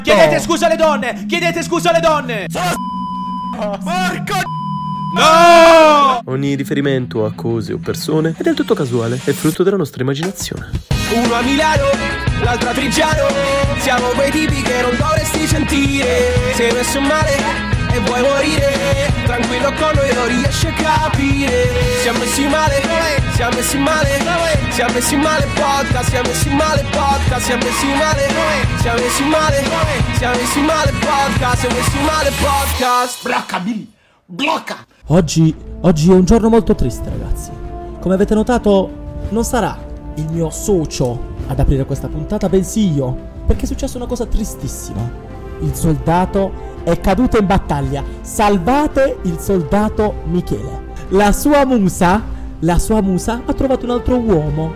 Chiedete scusa alle donne! Chiedete scusa alle donne! Porco No! Ogni riferimento a cose o persone è del tutto casuale, è frutto della nostra immaginazione. Uno a Milano, l'altro a Trigiano. Siamo quei tipi che non dovresti sentire. Sei messo male e vuoi morire. Tranquillo con noi non riesci a capire. Siamo messi male, siamo messi male. Siamo messi male podcast, siamo messi male podcast. Siamo messi male, siamo messi male. Siamo messi male podcast, siamo messi male podcast. Blocca Billy, blocca. Oggi è un giorno molto triste, ragazzi. Come avete notato, non sarà il mio socio ad aprire questa puntata, bensì io, perché è successa una cosa tristissima. Il soldato è caduto in battaglia. Salvate il soldato Michele. La sua musa ha trovato un altro uomo.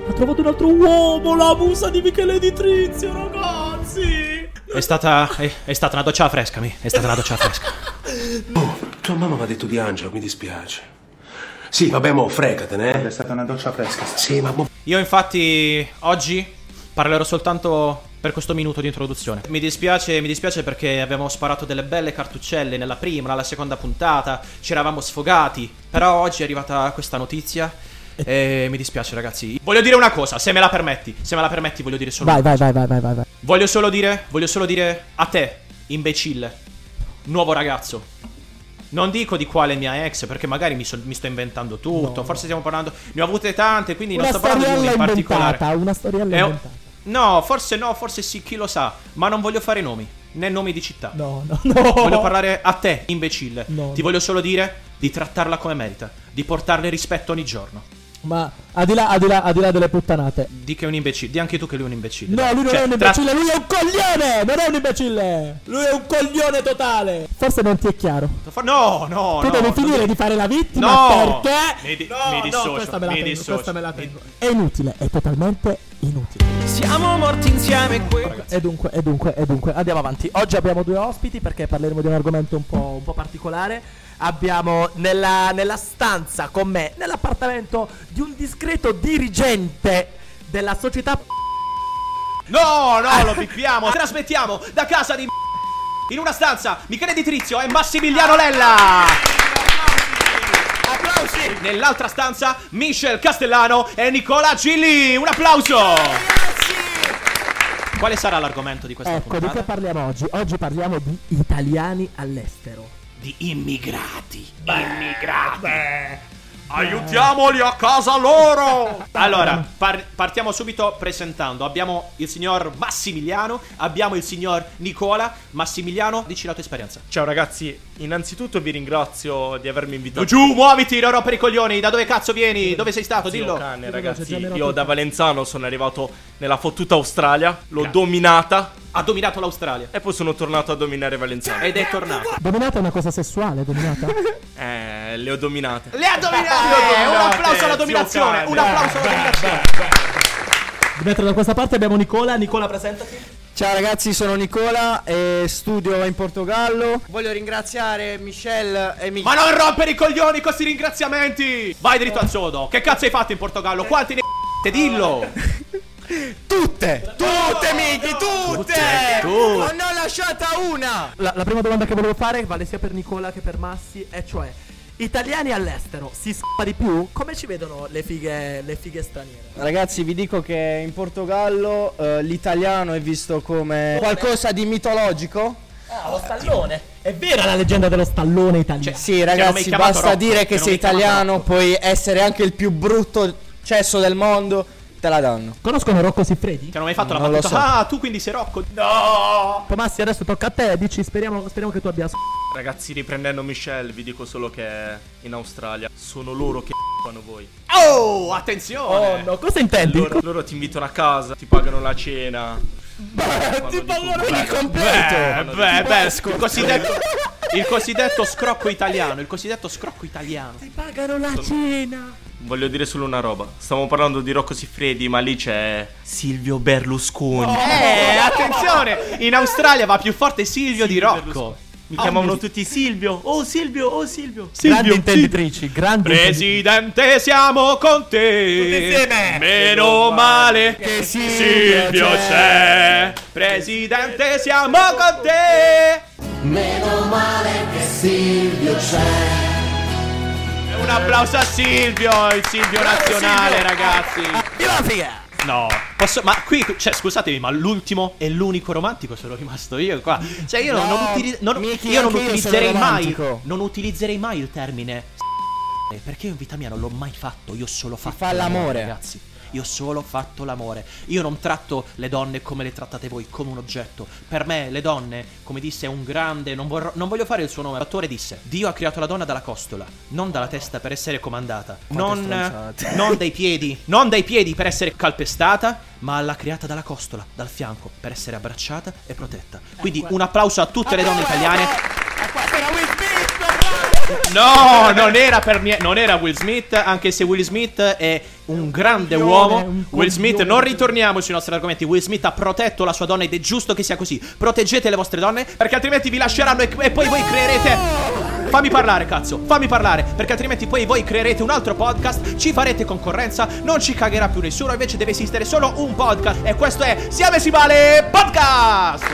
La musa di Michele Di Trizio, ragazzi. È stata una doccia fresca, è stata una doccia fresca. Oh, tua mamma mi ha detto di Angelo, mi dispiace. Sì, vabbè, mo fregatene, È stata una doccia fresca. Sì, ma mo... Io infatti oggi parlerò soltanto per questo minuto di introduzione. Mi dispiace perché abbiamo sparato delle belle cartuccelle nella prima, nella seconda puntata, ci eravamo sfogati, però oggi è arrivata questa notizia e mi dispiace, ragazzi. Voglio dire una cosa, se me la permetti voglio dire solo Vai. Voglio solo dire a te, imbecille, nuovo ragazzo. Non dico di quale mia ex, perché magari mi sto inventando tutto. No. Forse stiamo parlando. Ne ho avute tante, quindi Una non sto parlando di una in particolare. Una storiella inventata. No, forse sì, chi lo sa. Ma non voglio fare nomi, né nomi di città. No. Voglio parlare a te, imbecille. No. Ti voglio solo dire di trattarla come merita, di portarle rispetto ogni giorno. Ma al di là delle puttanate. Di che è un imbecille. Di anche tu che lui è un imbecille. No, lui non Cioè, è un imbecille, lui è un coglione! Non è un imbecille! Lui è un coglione totale! Forse non ti è chiaro. No. Tu devi finire di fare la vittima, No! perché Mi dissocio, questa me la mi tengo, dissocio. questa me la tengo. È inutile, è totalmente inutile. Siamo morti insieme E dunque, andiamo avanti. Oggi abbiamo due ospiti perché parleremo di un argomento un po' particolare. Abbiamo nella stanza con me, nell'appartamento di un discreto dirigente della società. No, lo pippiamo. Trasmettiamo da casa di in una stanza Michele Di Trizio e Massimiliano Lella. Applausi. Nell'altra stanza Michel Castellano e Nicola Gilli. Un applauso. Quale sarà l'argomento di questa Ecco, di puntata? che parliamo oggi? Oggi parliamo di italiani all'estero. Di immigrati. Aiutiamoli a casa loro. Allora, partiamo subito presentando. Abbiamo il signor Massimiliano, abbiamo il signor Nicola. Massimiliano, dici la tua esperienza. Ciao ragazzi, innanzitutto vi ringrazio di avermi invitato. Giù, muoviti, non rompere i coglioni. Da dove cazzo vieni? Dove sei stato? Zio Dillo. cane, ragazzi, io da Valenzano sono arrivato nella fottuta Australia, l'ho dominata Ha dominato l'Australia e poi sono tornato a dominare Valenzano. ed è tornato. Dominata è una cosa sessuale, dominata? Le ho dominate. Le ha dominate. Un applauso alla dominazione. Un applauso alla dominazione. Mentre da questa parte abbiamo Nicola. Nicola, presentati. Ciao ragazzi, sono Nicola e studio in Portogallo. Voglio ringraziare Michel e Ma non rompere i coglioni con questi ringraziamenti. Vai dritto al sodo. Che cazzo hai fatto in Portogallo? Quanti ne dillo. Tutte, Miki, tutte! Non ne ho lasciata una! La prima domanda che volevo fare vale sia per Nicola che per Massi, e cioè: italiani all'estero si s***a di più? Come ci vedono le fighe straniere? Ragazzi, vi dico che in Portogallo l'italiano è visto come qualcosa di mitologico. Ah, lo stallone. È vera la leggenda dello stallone italiano? Sì ragazzi, basta dire che sei italiano, puoi essere anche il più brutto cesso del mondo, te la danno. Conoscono Rocco Siffredi? Che non hai fatto la Non lo battuta. so. Ah, tu quindi sei Rocco. No. Massi, adesso tocca a te, dici, speriamo che tu abbia Ragazzi, riprendendo Michel, vi dico solo che in Australia sono loro che fanno voi. Oh, attenzione. Oh no, cosa intendi? Loro ti invitano a casa, ti pagano la cena. Ti pagano Il completo! Il cosiddetto scrocco italiano. Il cosiddetto scrocco italiano. Ti pagano la cena. Voglio dire solo una roba. Stiamo parlando di Rocco Siffredi, ma lì c'è Silvio Berlusconi. Attenzione. In Australia va più forte Silvio di Rocco. Mi chiamavano tutti Silvio. Oh Silvio, oh Silvio. Grandi intenditrici, grandi Presidente, siamo con te. Tutti insieme. Meno male che Silvio c'è. Presidente, siamo con te. Meno male che Silvio c'è. Un applauso a Silvio, il Silvio nazionale, ragazzi. Viva la figa! No, ma qui, cioè, scusatemi, ma l'ultimo e l'unico romantico sono rimasto io qua. Cioè, io non utilizzerei mai il termine perché io in vita mia non l'ho mai fatto. Io ho solo fatto fa l'amore, ragazzi. Io ho solo fatto l'amore. Io non tratto le donne come le trattate voi, come un oggetto. Per me le donne, come disse un grande, non voglio fare il suo nome, l'attore disse: Dio ha creato la donna dalla costola, non dalla testa per essere comandata, non dai piedi per essere calpestata, ma l'ha creata dalla costola, dal fianco, per essere abbracciata e protetta. Quindi un applauso a tutte le donne italiane. No, non era Will Smith, anche se Will Smith è un grande uomo. Will Smith, non ritorniamo sui nostri argomenti. Will Smith ha protetto la sua donna ed è giusto che sia così. Proteggete le vostre donne, perché altrimenti vi lasceranno e poi voi creerete... Fammi parlare, cazzo, fammi parlare, perché altrimenti poi voi creerete un altro podcast, ci farete concorrenza, non ci cagherà più nessuno, invece deve esistere solo un podcast, e questo è Siame Si Vale Podcast.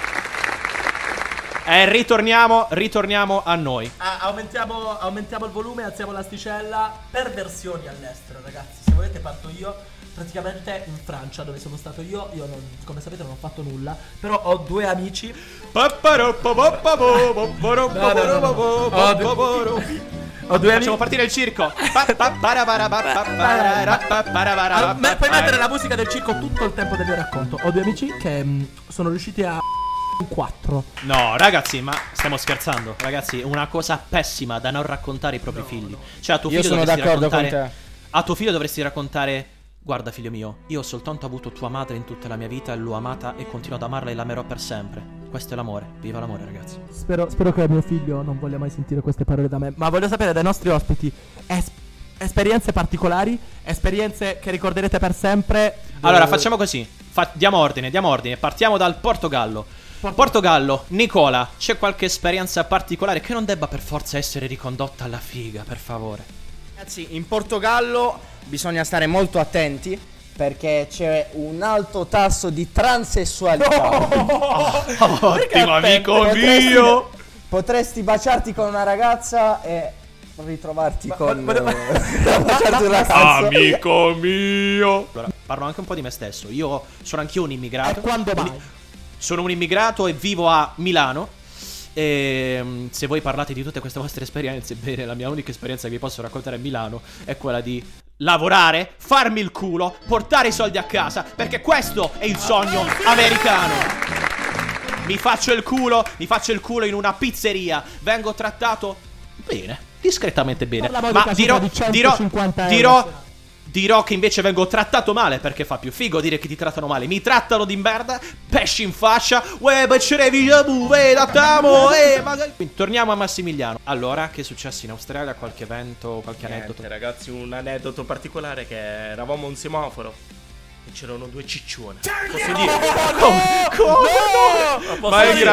Ritorniamo a noi. Aumentiamo il volume, alziamo l'asticella. Perversioni all'estero, ragazzi. Se volete parto io. Praticamente in Francia, dove sono stato io non, come sapete non ho fatto nulla. Però ho due amici. Ho due amici. Facciamo partire il circo. Puoi mettere la musica del circo tutto il tempo del mio racconto. Ho due amici che sono riusciti a 4. No, ragazzi, ma stiamo scherzando. Ragazzi, una cosa pessima da non raccontare ai propri figli. Cioè, a tuo figlio Io sono d'accordo con te. A tuo figlio dovresti raccontare: guarda, figlio mio, io ho soltanto avuto tua madre in tutta la mia vita e l'ho amata e continuo ad amarla e l'amerò per sempre. Questo è l'amore. Viva l'amore, ragazzi. Spero che mio figlio non voglia mai sentire queste parole da me. Ma voglio sapere dai nostri ospiti esperienze particolari, esperienze che ricorderete per sempre. Allora, facciamo così. Diamo ordine. Partiamo dal Portogallo. Portogallo, Nicola, c'è qualche esperienza particolare che non debba per forza essere ricondotta alla figa, per favore? Ragazzi, in Portogallo bisogna stare molto attenti perché c'è un alto tasso di transessualità. Ottimo amico mio! Potresti baciarti con una ragazza e ritrovarti con baciarti un ragazzo. Amico mio! Allora, parlo anche un po' di me stesso. Io sono anch'io un immigrato. Quando mai? Sono un immigrato e vivo a Milano. E se voi parlate di tutte queste vostre esperienze, bene, la mia unica esperienza che vi posso raccontare a Milano è quella di lavorare, farmi il culo, portare i soldi a casa, perché questo è il sogno americano. Mi faccio il culo in una pizzeria, vengo trattato bene, discretamente bene. Ma dirò che invece vengo trattato male, perché fa più figo dire che ti trattano male. Mi trattano di merda, pesci in faccia. Uè, beccerevi, magari. Quindi torniamo a Massimiliano. Allora, che è successo in Australia? Qualche evento, qualche aneddoto? Ragazzi, un aneddoto particolare: che eravamo a un semaforo e c'erano due ciccione. Posso dire? Come? Ma è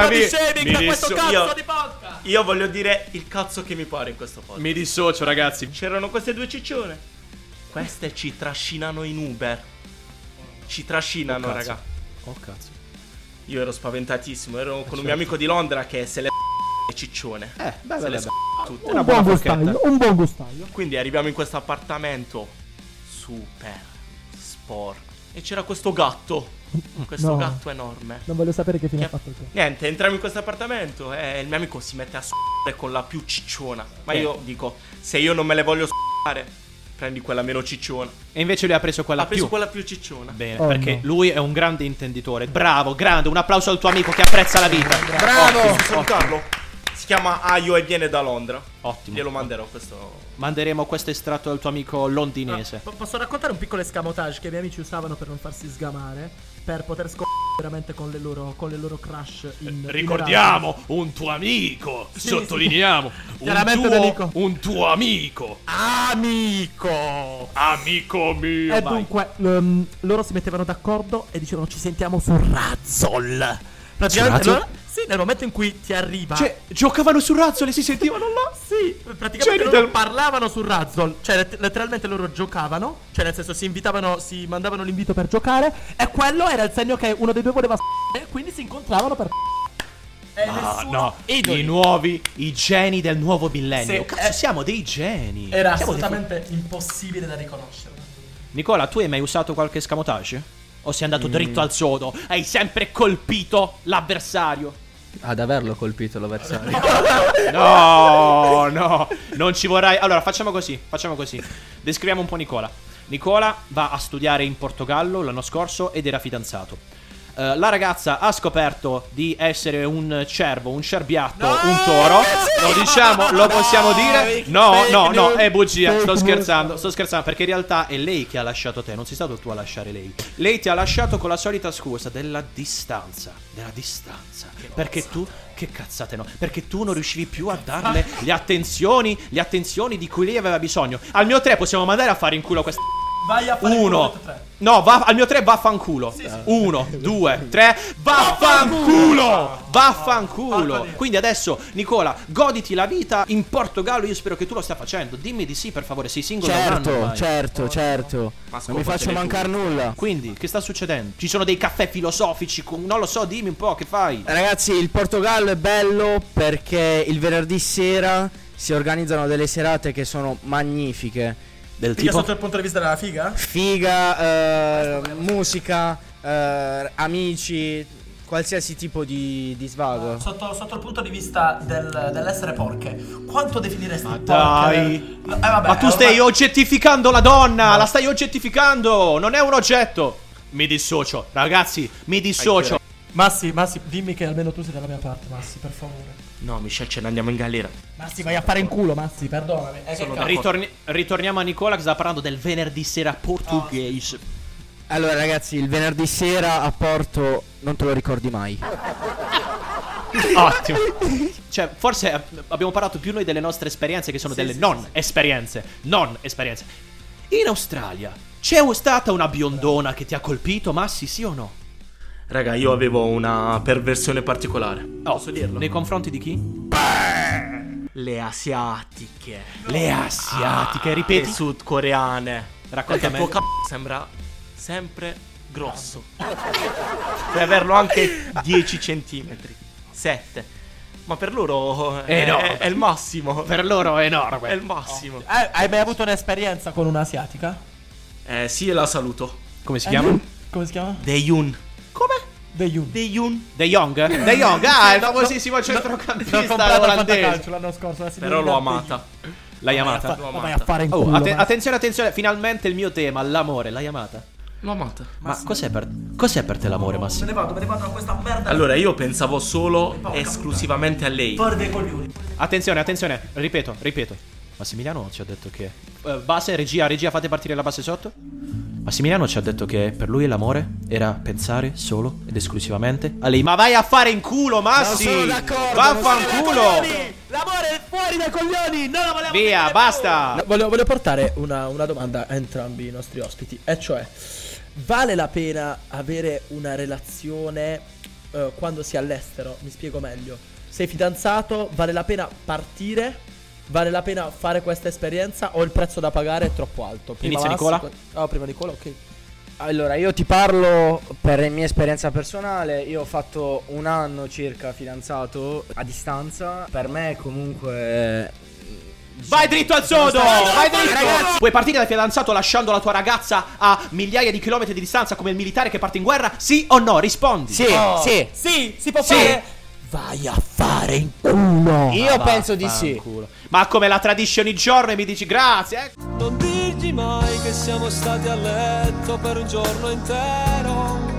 io voglio dire il cazzo che mi pare in questo podcast. Mi dissocio, ragazzi. C'erano queste due ciccione. Queste ci trascinano in Uber. Ci trascinano, raga. Oh cazzo. Io ero spaventatissimo. Ero con un mio amico di Londra che se le ciccione. Tutte. Un buon gustaio. Quindi arriviamo in questo appartamento super sporco e c'era questo gatto. Questo gatto enorme. Non voglio sapere che fine ha fatto. Niente, entriamo in questo appartamento e il mio amico si mette a s***are con la più cicciona. Ma io dico, se io non me le voglio s***are, prendi quella meno cicciona. E invece lui ha preso quella più. quella più cicciona. Bene, perché lui è un grande intenditore. Bravo, grande, un applauso al tuo amico che apprezza la vita. Bravo. Posso salutarlo? Si chiama Aio e viene da Londra. Ottimo. Glielo manderò questo. Manderemo questo estratto del tuo amico londinese. Posso raccontare un piccolo escamotage che i miei amici usavano per non farsi sgamare, per poter veramente con le loro crush Ricordiamo, un tuo amico. Sottolineiamo. Un tuo amico. Amico mio. E dunque loro si mettevano d'accordo e dicevano: ci sentiamo su Razzol. Praticamente Sì, nel momento in cui ti arriva. Cioè, giocavano su Razzoli, si sentivano là. Sì, praticamente Geni loro parlavano su Razzle. Cioè, letteralmente loro giocavano. Cioè, nel senso, si mandavano l'invito per giocare. E quello era il segno che uno dei due voleva e quindi si incontravano per. No, idoli. i geni del nuovo millennio. Sì, Cazzo, siamo dei geni. Era Siamo assolutamente impossibile da riconoscere. Nicola, tu hai mai usato qualche escamotage? O sei andato dritto al sodo? Hai sempre colpito l'avversario? Ad averlo colpito l'avversario. No, non ci vorrai. Allora, facciamo così. Descriviamo un po' Nicola. Nicola va a studiare in Portogallo l'anno scorso ed era fidanzato. La ragazza ha scoperto di essere un cervo, un cerbiatto, un toro. Lo diciamo, lo possiamo dire? No, è bugia. Sto scherzando, perché in realtà è lei che ha lasciato te, non sei stato tu a lasciare lei. Lei ti ha lasciato con la solita scusa della distanza. Perché tu, che cazzate no? Perché tu non riuscivi più a darle le attenzioni di cui lei aveva bisogno. Al mio 3 possiamo mandare a fare in culo questa. Vai a fare Uno. No, al mio 3 vaffanculo. 1, 2, 3, vaffanculo. Quindi adesso, Nicola, goditi la vita in Portogallo. Io spero che tu lo stia facendo. Dimmi di sì, per favore. Sei single da un anno ormai. Certo. Non mi faccio mancare nulla. Quindi, che sta succedendo? Ci sono dei caffè filosofici non lo so, dimmi un po', che fai? Ragazzi, il Portogallo è bello perché il venerdì sera si organizzano delle serate che sono magnifiche. Del Figa tipo sotto il punto di vista della figa? Figa, musica, amici, qualsiasi tipo di svago. Sotto il punto di vista dell'essere porche, quanto definiresti porche? dai. Vabbè, Ma tu stai oggettificando la donna, la stai oggettificando, non è un oggetto. Mi dissocio, ragazzi, mi dissocio. Massi, dimmi che almeno tu sei dalla mia parte, Massi, per favore. No, Michelle, ce ne andiamo in galera. Massi, vai a fare in culo, Massi, perdonami. Ritorniamo a Nicola che sta parlando del venerdì sera portoghese. Allora ragazzi, il venerdì sera a Porto non te lo ricordi mai. Ottimo. Cioè, forse abbiamo parlato più noi delle nostre esperienze, che sono delle non esperienze. In Australia c'è stata una biondona che ti ha colpito, Massi, sì o no? Raga, io avevo una perversione particolare. Posso dirlo? Nei confronti di chi? Le asiatiche. Le asiatiche, ripeti? Le sudcoreane. Racconta Perché il tuo sembra sempre grosso. Puoi averlo anche 10 centimetri, 7. Ma per loro è il massimo. Per loro è enorme. È il massimo. Hai mai avuto un'esperienza con un'asiatica? Sì, e la saluto. Come si chiama? Come si chiama? Daehyun. Come? Daehyun. De Jong? Il famosissimo centrocampista olandese. L'anno scorso. Però l'ho amata. L'hai amata? Vai a fare in culo. Attenzione, finalmente il mio tema, l'amore, l'hai amata? L'ho amata. Ma cos'è per te l'amore, Massimo? Me ne vado da questa merda. Allora, io pensavo solo esclusivamente a lei. Fuori dei coglioni. Attenzione, ripeto. Massimiliano ci ha detto che base, regia, fate partire la base sotto. Massimiliano ci ha detto che per lui l'amore era pensare solo ed esclusivamente a lei. Ma vai a fare in culo, Massi! Non sono d'accordo. Vaffanculo! L'amore è fuori dai coglioni. Non lo volevo. Via, basta! No, volevo portare una domanda a entrambi i nostri ospiti. E cioè, vale la pena avere una relazione quando si è all'estero? Mi spiego meglio. Sei fidanzato, vale la pena partire? Vale la pena fare questa esperienza o il prezzo da pagare è troppo alto? Inizia Nicola? Prima Nicola, ok. Allora, io ti parlo per mia esperienza personale. Io ho fatto un anno circa fidanzato a distanza. Per me comunque... Vai dritto al sodo! Vai dritto! Ragazzi, puoi partire da fidanzato lasciando la tua ragazza a migliaia di chilometri di distanza come il militare che parte in guerra? Sì o no? Rispondi! Sì, sì. Sì, si può fare. Vai a fare in culo. Io penso di sì. Culo. Ma come la tradisci ogni giorno e mi dici grazie? Non dirgli mai che siamo stati a letto per un giorno intero.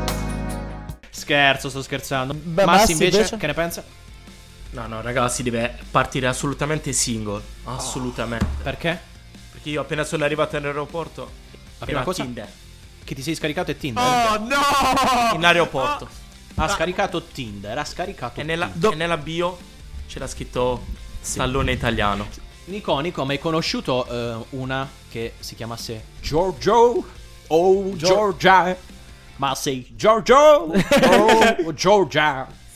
Scherzo, sto scherzando. Beh, Massi invece, che ne pensa? No, ragazzi, deve partire assolutamente single. Assolutamente. Perché? Perché io appena sono arrivato all'aeroporto, La prima cosa Tinder. che ti sei scaricato è Tinder. Oh no! In aeroporto. Ha scaricato Tinder, ha scaricato E nella Tinder. bio c'era scritto Stallone italiano. Nico, ma hai conosciuto una che si chiamasse Giorgio? Oh, Giorgia. Ma sei Giorgio? Oh, Giorgia.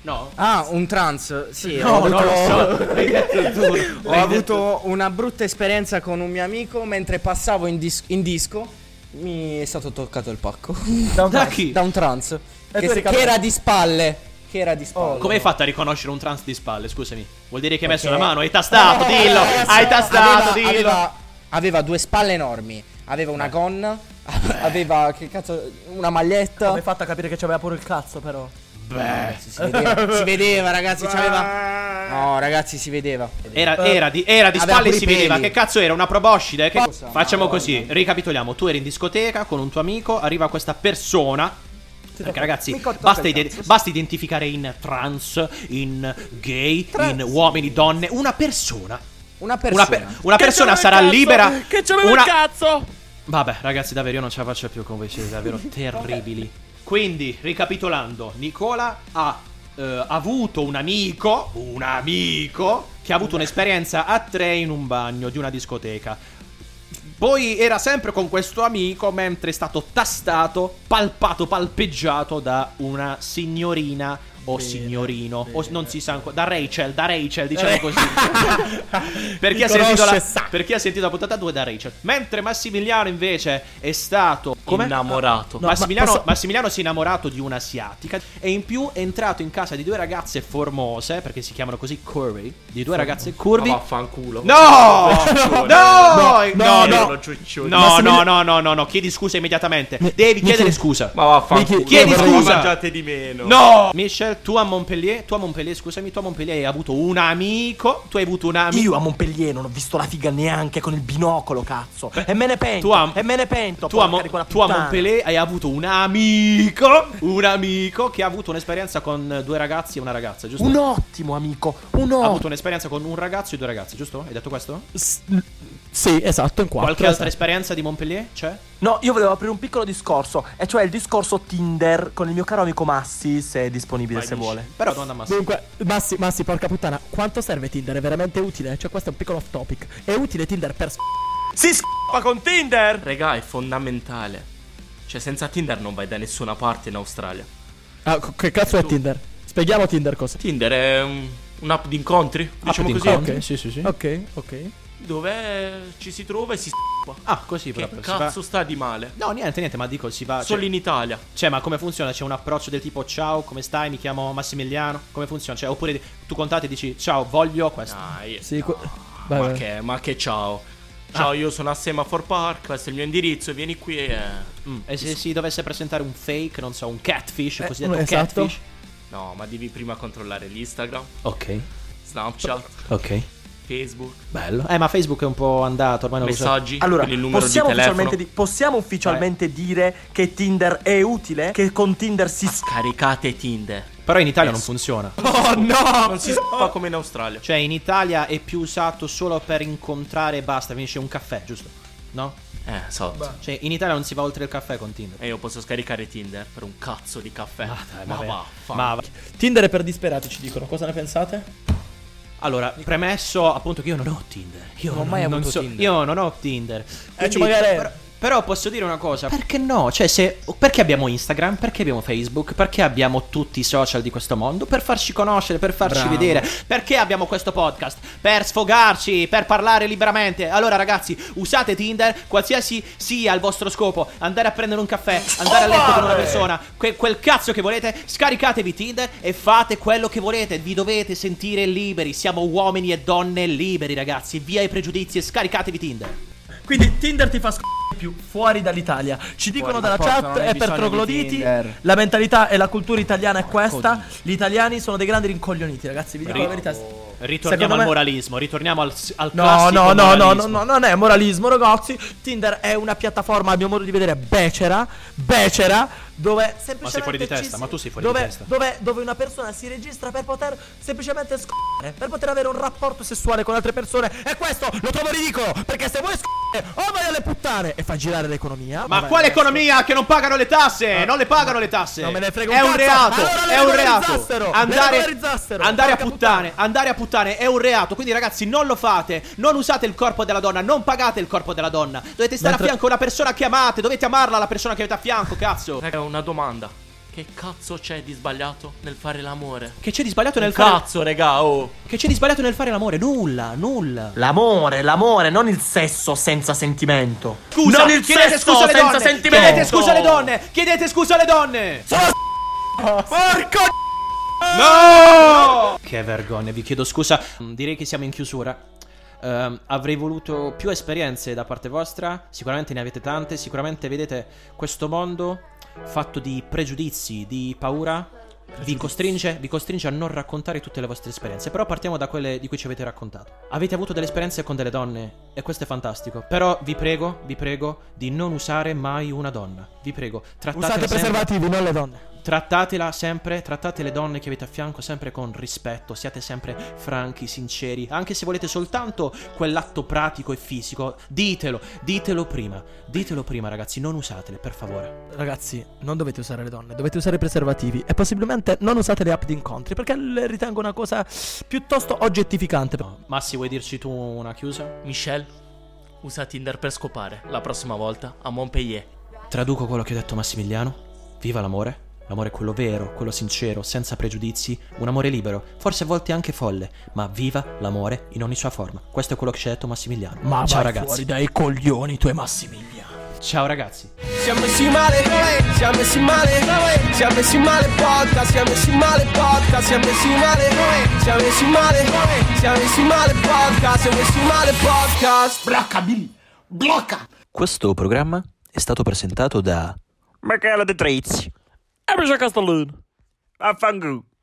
No? Ah, un trans, sì. No, non lo so. L'hai detto tu. Ho avuto una brutta esperienza con un mio amico mentre passavo in disco. Mi è stato toccato il pacco. Da chi? Da un trans. tu eri Che capace? era di spalle. Che era di spalle. Come hai fatto a riconoscere un trans di spalle? Scusami. Vuol dire che hai messo la mano? Hai tastato, dillo. Hai tastato, dillo. Aveva 2 spalle enormi. Aveva una gonna. Aveva, che cazzo, una maglietta. Come hai fatto a capire che c'aveva pure il cazzo, però? Beh, Si vedeva, ragazzi, c'aveva. No, ragazzi, si vedeva. Era di Aveva spalle e pure si i peli. vedeva. Che cazzo era? Una proboscide? Che... Cosa? Facciamo così, ricapitoliamo. Tu eri in discoteca con un tuo amico, arriva questa persona. Perché ragazzi, basta identificare in trans, in gay, in uomini, donne, una persona. Una persona. Una persona sarà libera. Che c'aveva il cazzo! Vabbè, ragazzi, davvero io non ce la faccio più con voi, siete davvero terribili. Quindi, ricapitolando, Nicola ha avuto un amico che ha avuto un'esperienza a 3 in un bagno di una discoteca. Poi era sempre con questo amico mentre è stato tastato, palpeggiato da una signorina o signorino, o non si sa ancora, da Rachel, diciamo così. Per chi ha sentito la puntata 2, da Rachel. Mentre Massimiliano invece è stato innamorato. Massimiliano si è innamorato di un'asiatica e in più è entrato in casa di 2 ragazze formose, perché si chiamano così, curvy, di 2 ragazze curvy. Ma vaffanculo. No, chiedi scusa immediatamente. Devi chiedere scusa. Ma vaffanculo. Chiedi scusa. Mangiate di meno. No, Michel, tu a Montpellier, hai avuto un amico. Tu hai avuto un amico. Io a Montpellier non ho visto la figa neanche con il binocolo, cazzo. E me ne pento. Tu a Montpellier hai avuto un amico che ha avuto un'esperienza con 2 ragazzi e una ragazza, giusto? Un ottimo amico. Ha avuto un'esperienza con un ragazzo e 2 ragazze, giusto? Hai detto questo? Sì, esatto, in 4. Qualche altra esperienza di Montpellier c'è? No, io volevo aprire un piccolo discorso, e cioè il discorso Tinder con il mio caro amico Massi, se è disponibile, se vuole. Però domanda Massi. Dunque, Massi, porca puttana, quanto serve Tinder? È veramente utile? Cioè, questo è un piccolo off topic. È utile Tinder per Si scoppa con Tinder! Regà, è fondamentale. Cioè, senza Tinder non vai da nessuna parte in Australia. Ah, che cazzo è Tinder? Spieghiamo Tinder cosa. Tinder è un'app di incontri, diciamo così. Ok, sì. Ok. Dove ci si trova e si scoppa. Ah, così Che proprio. cazzo sta di male? No, niente, ma dico, si va. Solo in Italia. Cioè, ma come funziona? C'è un approccio del tipo ciao, come stai? Mi chiamo Massimiliano. Come funziona? Cioè, oppure tu contatti e dici ciao, voglio questo. Sì, Ma che ciao. Ciao, io sono a Semaphore Park, questo è il mio indirizzo, vieni qui e... E se si dovesse presentare un fake, non so, un catfish, cosiddetto esatto. catfish? No, ma devi prima controllare l'Instagram, Ok. Snapchat, Ok. Facebook. Bello. Ma Facebook è un po' andato, ormai non Messaggi, Allora, quindi il numero di telefono. possiamo ufficialmente dire che Tinder è utile? Che con Tinder si Scaricate Tinder. Però in Italia non funziona. Oh no! Non si scoppa come in Australia. Cioè, in Italia è più usato solo per incontrare e basta, finisce un caffè, giusto? No? Esatto. Cioè, in Italia non si va oltre il caffè con Tinder. E io posso scaricare Tinder per un cazzo di caffè. Dai, Ma vabbè. va. Ma Tinder è per disperati, ci dicono. Cosa ne pensate? allora, premesso appunto che io non ho Tinder. Io Non ho mai avuto Tinder. Io non ho Tinder. Quindi, magari- però posso dire una cosa. Perché no? Cioè, perché abbiamo Instagram? Perché abbiamo Facebook? Perché abbiamo tutti i social di questo mondo? Per farci conoscere, per farci vedere. Perché abbiamo questo podcast? Per sfogarci, per parlare liberamente. Allora, ragazzi, usate Tinder, qualsiasi sia il vostro scopo. Andare a prendere un caffè, andare a letto con una persona, quel cazzo che volete. Scaricatevi Tinder e fate quello che volete. Vi dovete sentire liberi. Siamo uomini e donne liberi, ragazzi. Via i pregiudizi e scaricatevi Tinder. Quindi Tinder ti fa più fuori dall'Italia. Ci dicono dalla chat è per trogloditi. La mentalità e la cultura italiana è questa. Gli italiani sono dei grandi rincoglioniti, ragazzi. Vi dico la verità. Ritorniamo al moralismo, ritorniamo al No, classico moralismo. non è moralismo, ragazzi. Tinder è una piattaforma, a mio modo di vedere, becera, dove semplicemente Ma sei fuori di testa, ma tu sei fuori di testa. Dove una persona si registra per poter semplicemente scoprire, per poter avere un rapporto sessuale con altre persone. E questo lo trovo ridicolo, perché se vuoi scoprire o vai alle puttane e fai girare l'economia. Ma quale economia che non pagano le tasse? Non le pagano le tasse. Non me ne frega È un un cazzo. reato. Allora È un reato. regolarizzassero. Andare a Porca puttane è un reato. Quindi, ragazzi, non lo fate. Non usate il corpo della donna. Non pagate il corpo della donna. Dovete stare a fianco a una persona che amate. Dovete amarla la persona che avete a fianco, cazzo. Raga, una domanda. Che cazzo c'è di sbagliato nel fare l'amore? Che c'è di sbagliato nel fare... Cazzo, regà, oh! Che c'è di sbagliato nel fare l'amore? Nulla. L'amore, non il sesso senza sentimento. Scusa, non il chiedete sesso scusa alle senza donne. sentimento. Chiedete scusa alle donne. Chiedete scusa alle donne. Porco No! Che vergogna, vi chiedo scusa. Direi che siamo in chiusura. Avrei voluto più esperienze da parte vostra. Sicuramente ne avete tante. Sicuramente vedete questo mondo fatto di pregiudizi, di paura. Vi costringe a non raccontare tutte le vostre esperienze. Però partiamo da quelle di cui ci avete raccontato. Avete avuto delle esperienze con delle donne e questo è fantastico. Però vi prego di non usare mai una donna. Vi prego, Usate preservativi, non le donne. Trattate le donne che avete a fianco sempre con rispetto. Siate sempre franchi, sinceri. Anche se volete soltanto quell'atto pratico e fisico, ditelo prima. Ditelo prima, ragazzi, non usatele, per favore. Ragazzi, non dovete usare le donne, dovete usare i preservativi. E possibilmente non usate le app di incontri, perché le ritengo una cosa piuttosto oggettificante. No. Massi, vuoi dirci tu una chiusa? Michelle, usa Tinder per scopare la prossima volta a Montpellier. Traduco quello che ha detto Massimiliano. Viva l'amore. L'amore è quello vero, quello sincero, senza pregiudizi, un amore libero, forse a volte anche folle, ma viva l'amore in ogni sua forma. Questo è quello che ci ha detto Massimiliano. Ma ciao vai ragazzi. fuori dai coglioni, tu e Massimiliano. Ciao ragazzi. Siamo messi male podcast, siamo messi male podcast, siamo messi male podcast, siamo messi male podcast. Blocca, Billy! Blocca! Questo programma è stato presentato da Michele De Trezzi e Michele Castellino. Affangu.